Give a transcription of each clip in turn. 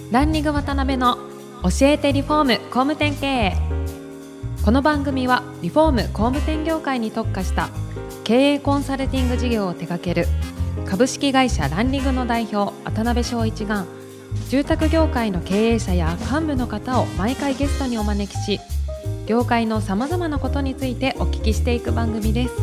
ランリング渡辺の教えてリフォーム工務店経営。この番組はリフォーム工務店業界に特化した経営コンサルティング事業を手掛ける株式会社ランリングの代表渡辺翔一が、住宅業界の経営者や幹部の方を毎回ゲストにお招きし、業界のさまざまなことについてお聞きしていく番組です。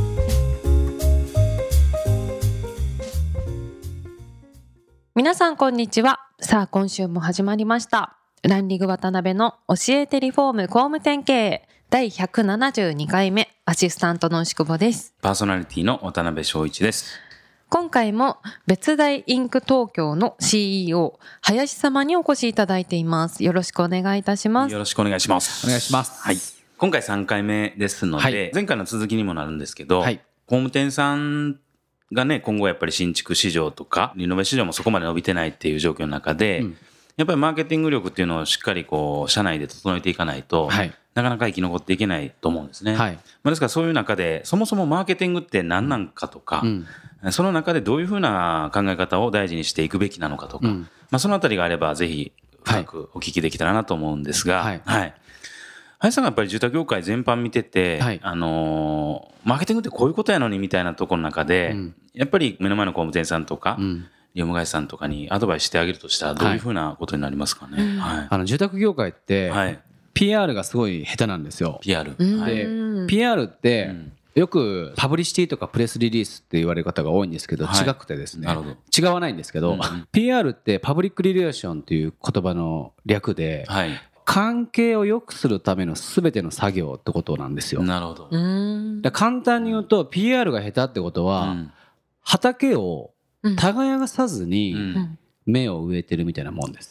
皆さんこんにちは。さあ今週も始まりましたランリング渡辺の教えてリフォーム工務店経営第172回目、アシスタントの牛久保です。 パーソナリティの渡辺翔一です。 今回も別大インク東京の CEO 林様にお越しいただいています。よろしくお願いいたします。 よろしくお願いします。 お願いします。 はい。今回3回目ですので、はい、前回の続きにもなるんですけど、はい、工務店さんがね、今後やっぱり新築市場とかリノベ市場もそこまで伸びてないっていう状況の中で、やっぱりマーケティング力っていうのをしっかりこう社内で整えていかないと、なかなか生き残っていけないと思うんですね。ですからそういう中でそもそもマーケティングって何なんかとか、その中でどういうふうな考え方を大事にしていくべきなのかとか、そのあたりがあればぜひ深くお聞きできたらなと思うんですが、林さんがやっぱり住宅業界全般見てて、マーケティングってこういうことやのにみたいなところの中で、やっぱり目の前の工務店さんとか、リフォーム会社さんとかにアドバイスしてあげるとしたらどういうふうなことになりますかね。 住宅業界って、PR がすごい下手なんですよ。 PR。 で、PR って、よくパブリシティとかプレスリリースって言われる方が多いんですけど、違くてですね、違わないんですけど、PR ってパブリックリレーションっていう言葉の略で、関係を良くするための全ての作業ってことなんですよ。 なるほど。 だ簡単に言うと PR が下手ってことは、畑を耕さずに芽を植えてるみたいなもんです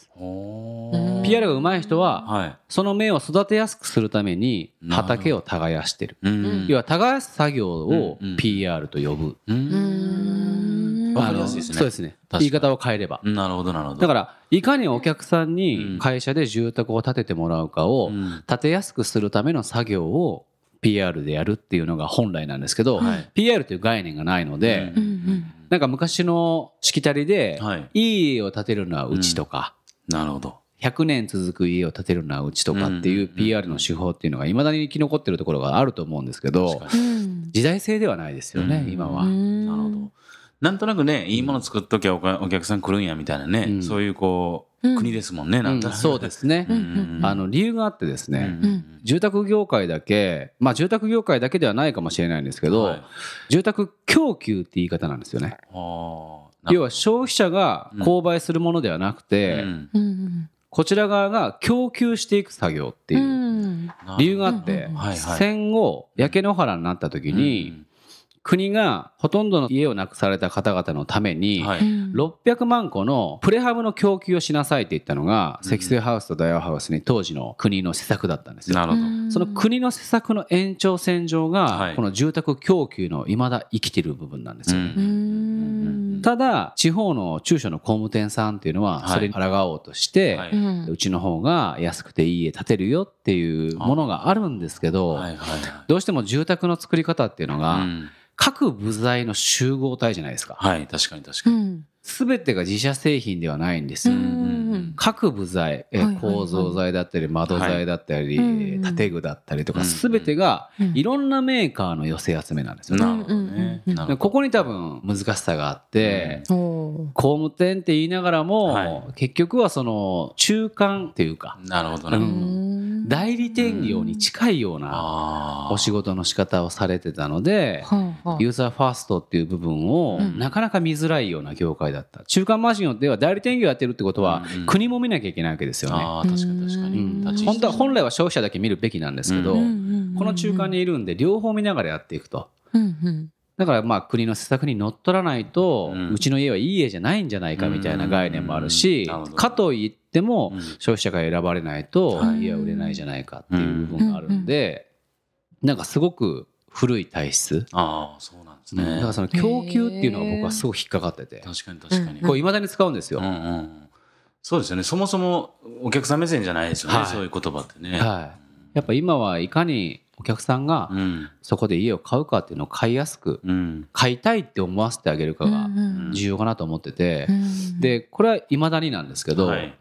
。PR が上手い人は、その芽を育てやすくするために畑を耕してる。要は耕す作業を PR と呼ぶ。 わかりやすいですね。 そうですね。言い方を変えれば。 なるほどなるほど。 だからいかにお客さんに会社で住宅を建ててもらうかを建てやすくするための作業を PR でやるっていうのが本来なんですけど、PR という概念がないので、なんか昔のしきたりで、いい家を建てるのはうちとか、 なるほど。 100年続く家を建てるのはうちとかっていう PR の手法っていうのがいまだに生き残ってるところがあると思うんですけど、時代性ではないですよね、今は。 なるほど。なんとなくね、いいもの作っときゃお客さん来るんやみたいなね、そういうこう、国ですもんね、なんとなく。 そうですね。理由があってですね、住宅業界だけ、住宅業界だけではないかもしれないんですけど、住宅供給って言い方なんですよね。要は消費者が購買するものではなくて、こちら側が供給していく作業っていう理由があって、戦後焼け野原になった時に、国がほとんどの家をなくされた方々のために600万個のプレハブの供給をしなさいって言ったのが積水ハウスと大和ハウスに当時の国の施策だったんですよ。 なるほど。 その国の施策の延長線上がこの住宅供給の未だ生きている部分なんですよね。ただ地方の中小の工務店さんっていうのはそれに抗おうとしてうちの方が安くていい家建てるよっていうものがあるんですけど、どうしても住宅の作り方っていうのが各部材の集合体じゃないですか。 確かに確かに。 全てが自社製品ではないんですよ。各部材、構造材だったり窓材だったり、建具だったりとか全てがいろんなメーカーの寄せ集めなんですよね。 なるほどね。 ここに多分難しさがあって、工務店って言いながらも結局はその中間っていうか、 なるほどなるほど。 代理店業に近いようなお仕事の仕方をされてたので、ユーザーファーストっていう部分をなかなか見づらいような業界だった。中間マージンでは代理店業やってるってことは国も見なきゃいけないわけですよね。 確かに確かに。 本来は消費者だけ見るべきなんですけど、この中間にいるんで両方見ながらやっていくと。だから国の施策にのっとらないと、うちの家はいい家じゃないんじゃないかみたいな概念もあるし、かといっても消費者が選ばれないと家は売れないじゃないかっていう部分があるんで、なんかすごく古い体質。 そうなんですね。 だからその供給っていうのが僕はすごく引っかかってて、 確かに確かに。 これ未だに使うんですよ。 そうですよね。そもそもお客さん目線じゃないですよね。そういう言葉ってね。 やっぱ今はいかにお客さんがそこで家を買うかっていうのを買いやすく、買いたいって思わせてあげるかが重要かなと思ってて、でこれは未だになんですけど、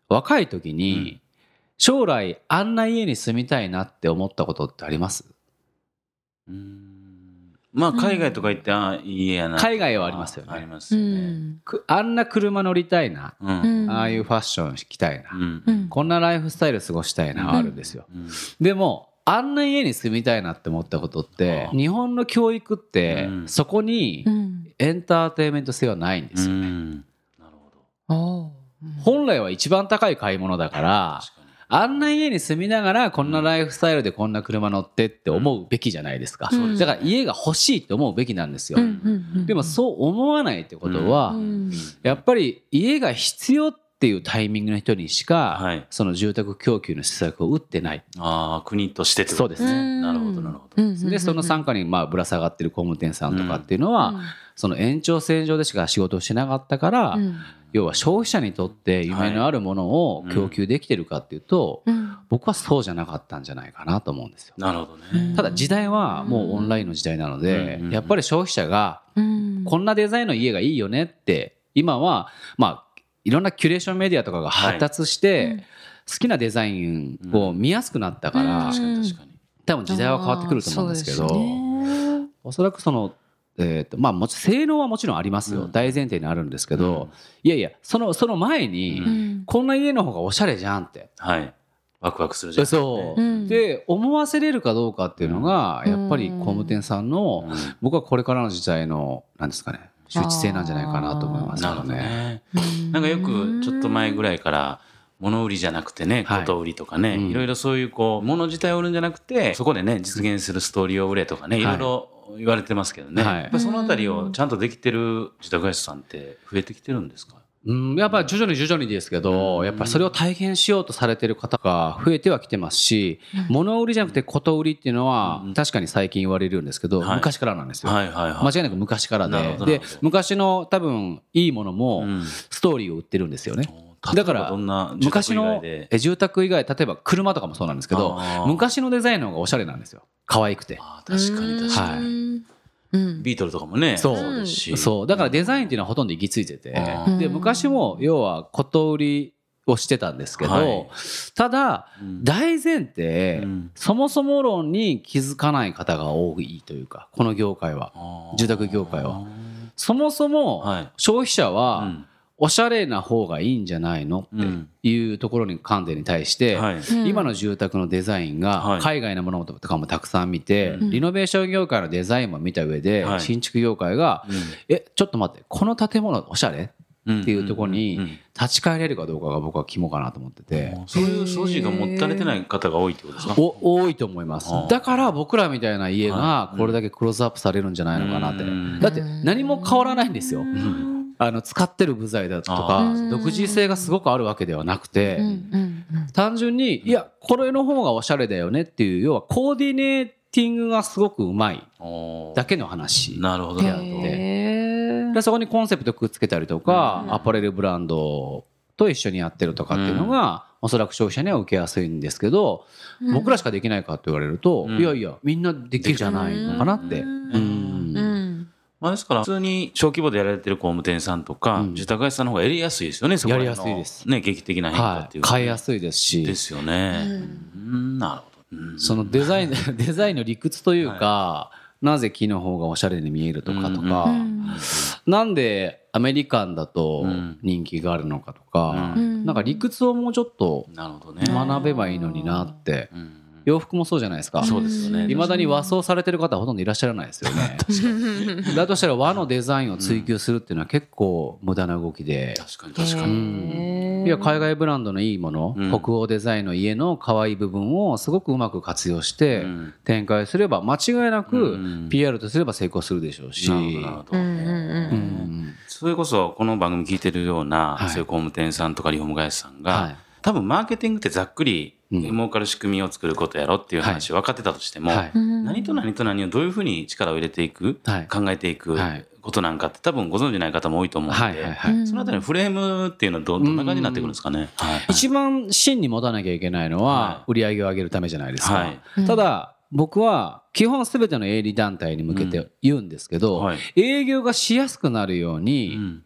若い時に将来あんな家に住みたいなって思ったことってあります？ まあ海外とか行っていい家やな。 海外はありますよね。 ありますよね。 あんな車乗りたいな、ああいうファッション着たいな、こんなライフスタイル過ごしたいな、あるんですよ。でもあんな家に住みたいなって思ったことって、日本の教育ってそこにエンターテインメント性はないんですよね。 なるほど。 本来は一番高い買い物だから、あんな家に住みながらこんなライフスタイルでこんな車乗ってって思うべきじゃないですか。だから家が欲しいって思うべきなんですよ。でもそう思わないってことは、やっぱり家が必要っていうタイミングの人にしかその住宅供給の施策を打ってない。 国としてってことですね。そうですね。なるほどなるほど。 でその傘下にぶら下がってる工務店さんとかっていうのは、その延長線上でしか仕事をしなかったから、要は消費者にとって夢のあるものを供給できてるかっていうと、僕はそうじゃなかったんじゃないかなと思うんですよ。 なるほどね。 ただ時代はもうオンラインの時代なので、やっぱり消費者がこんなデザインの家がいいよねって今はいろんなキュレーションメディアとかが発達して好きなデザインを見やすくなったから、多分時代は変わってくると思うんですけど、おそらくその性能はもちろんありますよ、大前提にあるんですけど、いやいやその前に、こんな家の方がおしゃれじゃんって、 ワクワクするじゃん、 そうで思わせれるかどうかっていうのが、やっぱり工務店さんの、僕はこれからの時代のなんですかね、周知性なんじゃないかなと思いますよね。 なんかよくちょっと前ぐらいから物売りじゃなくてね、こと売りとかね、いろいろそういう物自体を売るんじゃなくて、そこでね実現するストーリーを売れとかね、いろいろ言われてますけどね、やっぱそのあたりをちゃんとできてる住宅会社さんって増えてきてるんですか？ やっぱり徐々にですけど、やっぱりそれを体験しようとされてる方が増えてはきてますし、物売りじゃなくてこと売りっていうのは確かに最近言われるんですけど、昔からなんですよ。間違いなく昔からで、昔の多分いいものもストーリーを売ってるんですよね。だから昔の住宅以外、例えば車とかもそうなんですけど、昔のデザインの方がおしゃれなんですよ。可愛くて。 確かに確かに。ビートルとかもね、 そうだからデザインっていうのはほとんど行き着いてて、で昔も要はこと売りをしてたんですけど、ただ大前提、そもそも論に気づかない方が多いというか、この業界は、住宅業界はそもそも消費者はおしゃれな方がいいんじゃないのっていうところに観点に対して、今の住宅のデザインが海外のものとかもたくさん見て、リノベーション業界のデザインも見た上で、新築業界がちょっと待って、この建物おしゃれっていうところに立ち返れるかどうかが僕は肝かなと思ってて、 そういう素地が持たれてない方が多いってことですか？ 多いと思います。だから僕らみたいな家がこれだけクローズアップされるんじゃないのかなって。だって何も変わらないんですよ。使ってる部材だとか独自性がすごくあるわけではなくて、単純にいやこれの方がおしゃれだよねっていう、要はコーディネーティングがすごくうまいだけの話であって、でそこにコンセプトくっつけたりとか、アパレルブランドと一緒にやってるとかっていうのが、おそらく消費者には受けやすいんですけど、僕らしかできないかって言われると、いやいやみんなできるじゃないのかなって。 ですから普通に小規模でやられてる工務店さんとか、住宅会社さんの方がやりやすいですよね。そこら辺のやりやすいですね、劇的な変化っていうか、 変えやすいですしですよね。なるほど。 そのデザインの理屈というか、なぜ木の方がおしゃれに見えるとか、なんでアメリカンだと人気があるのかとか、なんか理屈をもうちょっと学べばいいのになって。洋服もそうじゃないですか。 そうですよね。 未だに和装されてる方はほとんどいらっしゃらないですよね。だとしたら和のデザインを追求するっていうのは結構無駄な動きで。 確かに。 いや海外ブランドのいいもの、北欧デザインの家の可愛い部分をすごくうまく活用して展開すれば、間違いなく PR とすれば成功するでしょうし。 それこそこの番組聞いてるような、そういう工務店さんとかリフォーム会社さんが、多分マーケティングってざっくり儲かる仕組みを作ることやろっていう話分かってたとしても、何と何と何をどういうふうに力を入れていく、考えていくことなんかって多分ご存じない方も多いと思うので、そのあたりのフレームっていうのはどんな感じになってくるんですかね。 一番芯に持たなきゃいけないのは売り上げを上げるためじゃないですか。ただ僕は基本全ての営利団体に向けて言うんですけど、営業がしやすくなるように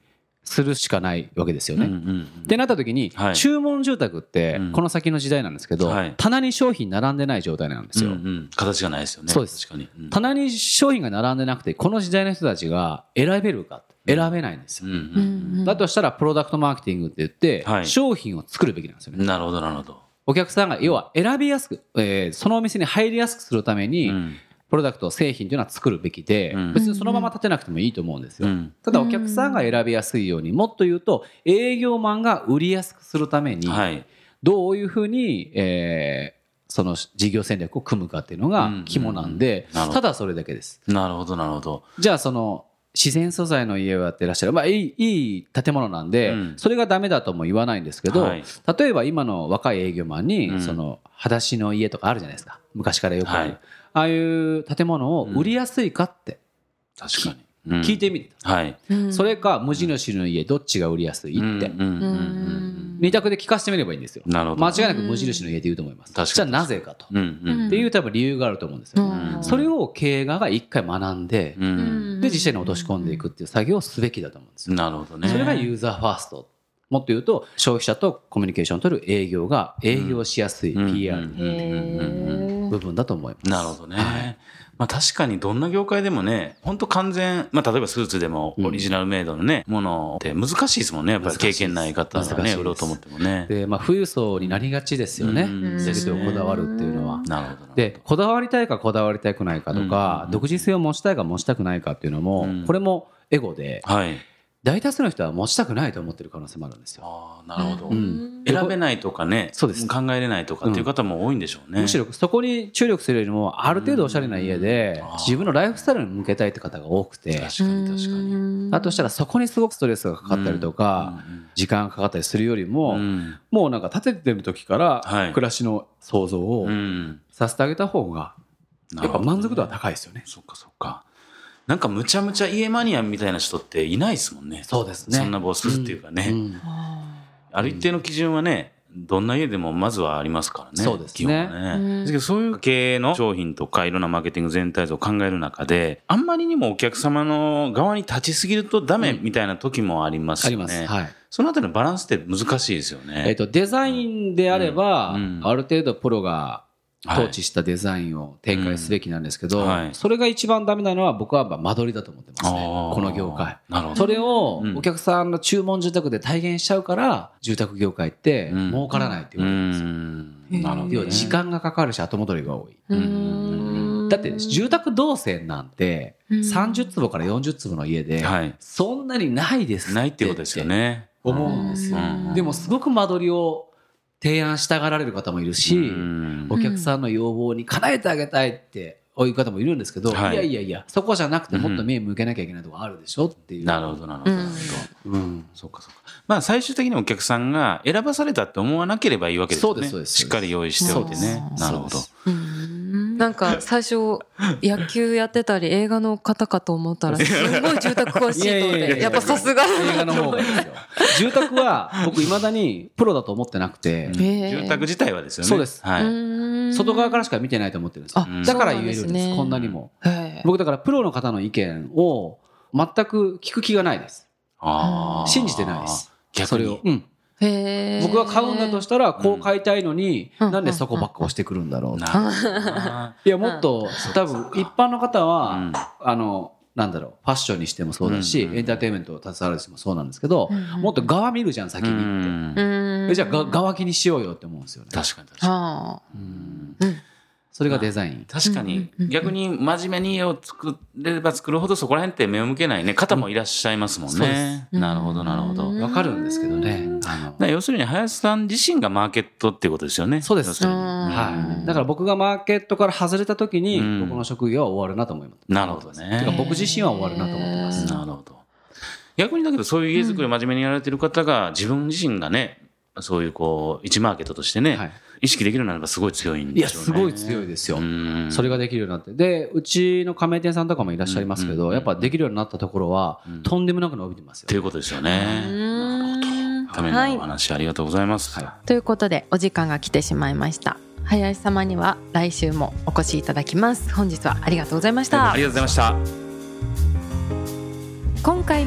するしかないわけですよね。ってなった時に、注文住宅ってこの先の時代なんですけど、棚に商品並んでない状態なんですよ。 形がないですよね。 そうです。確かに。棚に商品が並んでなくて、この時代の人たちが選べるか、選べないんですよ。だとしたらプロダクトマーケティングって言って、商品を作るべきなんですよね。 なるほどなるほど。 お客さんが要は選びやすく、そのお店に入りやすくするために、プロダクト製品というのは作るべきで、別にそのまま立てなくてもいいと思うんですよ。ただお客さんが選びやすいように、もっと言うと営業マンが売りやすくするためにどういうふうにその事業戦略を組むかっていうのが肝なんで、ただそれだけです。 なるほどなるほど。 じゃあその自然素材の家をやってらっしゃる、まあいい建物なんで、それがダメだとも言わないんですけど、例えば今の若い営業マンにその裸足の家とかあるじゃないですか、昔からよくある、ああいう建物を売りやすいかって確かに聞いてみる、それか無印の家どっちが売りやすいって二択で聞かせてみればいいんですよ。間違いなく無印の家で言うと思います。じゃあなぜかと、っていう多分理由があると思うんですよ。それを経営側が一回学んで、で実際に落とし込んでいくっていう作業をすべきだと思うんですよ。 なるほどね。 それがユーザーファースト、もっと言うと消費者とコミュニケーションを取る営業が営業しやすい PR 部分だと思います。 なるほどね。まあ確かにどんな業界でもね、本当完全、まあ例えばスーツでもオリジナルメイドのね、ものって難しいですもんね。やっぱり経験ない方がね、売ろうと思ってもね。 で、まあ富裕層になりがちですよね。全てをこだわるっていうのは。 なるほど。 で、こだわりたいかこだわりたくないかとか、独自性を持ちたいか持ちたくないかっていうのも、これもエゴで、大多数の人は持ちたくないと思ってる可能性もあるんですよ。 ああ、なるほど。選べないとかね、そうです。考えれないとかっていう方も多いんでしょうね。 むしろそこに注力するよりも、ある程度おしゃれな家で自分のライフスタイルに向けたいって方が多くて、 確かに確かに。 だとしたらそこにすごくストレスがかかったりとか、時間がかかったりするよりも、もうなんか建ててる時から暮らしの想像をさせてあげた方が、やっぱ満足度は高いですよね。 そっかそっか。なんかむちゃむちゃ家マニアみたいな人っていないですもんね。 そうですね。 そんなボスっていうかね。ある一定の基準はね、どんな家でもまずはありますからね。 そうですね。 基本はね。ですけどそういう経営の商品とかいろんなマーケティング全体像を考える中で、あんまりにもお客様の側に立ちすぎるとダメみたいな時もありますよね。あります。はい。そのあたりのバランスって難しいですよね。 デザインであれば、ある程度プロが統治したデザインを展開すべきなんですけど、それが一番ダメなのは僕は間取りだと思ってますね、この業界。それをお客さんの注文住宅で体現しちゃうから住宅業界って儲からないって言われるんですよ。なるほどね。時間がかかるし後戻りが多い。だって住宅動線なんて30坪から40坪の家でそんなにないですないってことですよね。 思うんですよ。でもすごく間取りを提案したがられる方もいるし、お客さんの要望に叶えてあげたいっていう方もいるんですけど、いやいやいやそこじゃなくてもっと目向けなきゃいけないとこあるでしょっていう。 なるほどなるほど。そうかそうか。まあ最終的にお客さんが選ばされたって思わなければいいわけですよね。そうですそうです。しっかり用意しておいてね。なるほど。 なんか最初野球やってたり映画の方かと思ったらすごい住宅詳しいと思って、やっぱさすが映画の方がいいですよ。住宅は僕未だにプロだと思ってなくて、 住宅自体はですよね。 そうです。外側からしか見てないと思ってるんです。だから言えるんです。こんなにも。僕だからプロの方の意見を全く聞く気がないです。信じてないです。それを。僕が買うんだとしたらこう買いたいのになんでそこばっか押してくるんだろう。いやもっと多分一般の方はなんだろうファッションにしてもそうだしエンターテインメントを携わる人もそうなんですけど、もっと側見るじゃん先にってじゃあ側気にしようよって思うんですよね。 確かに確かに。 それがデザイン。 確かに逆に真面目に家を作れば作るほどそこら辺って目を向けないね方もいらっしゃいますもんね。なるほどなるほど。 わかるんですけどね。 要するに林さん自身がマーケットっていうことですよね。 そうです。はい。だから僕がマーケットから外れた時に僕の職業は終わるなと思います。 なるほどね。 僕自身は終わるなと思ってます。 なるほど。逆にだけどそういう家づくりを真面目にやられてる方が自分自身がねそういうこう一マーケットとしてね、意識できるようになればすごい強いんでしょうね。いやすごい強いですよ。それができるようになってでうちの加盟店さんとかもいらっしゃいますけど、やっぱできるようになったところはとんでもなく伸びてますよ。 ということですよね。なるほど。ためのお話ありがとうございます。 ということでお時間が来てしまいました。林様には来週もお越しいただきます。本日はありがとうございました。 ありがとうございました。 今回も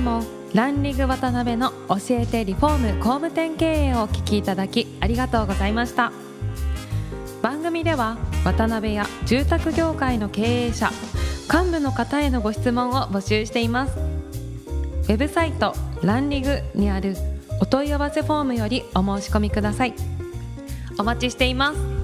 ランリグ渡辺の教えてリフォーム工務店経営をお聞きいただきありがとうございました。番組では渡辺や住宅業界の経営者、幹部の方へのご質問を募集しています。ウェブサイトランリグにあるお問い合わせフォームよりお申し込みください。お待ちしています。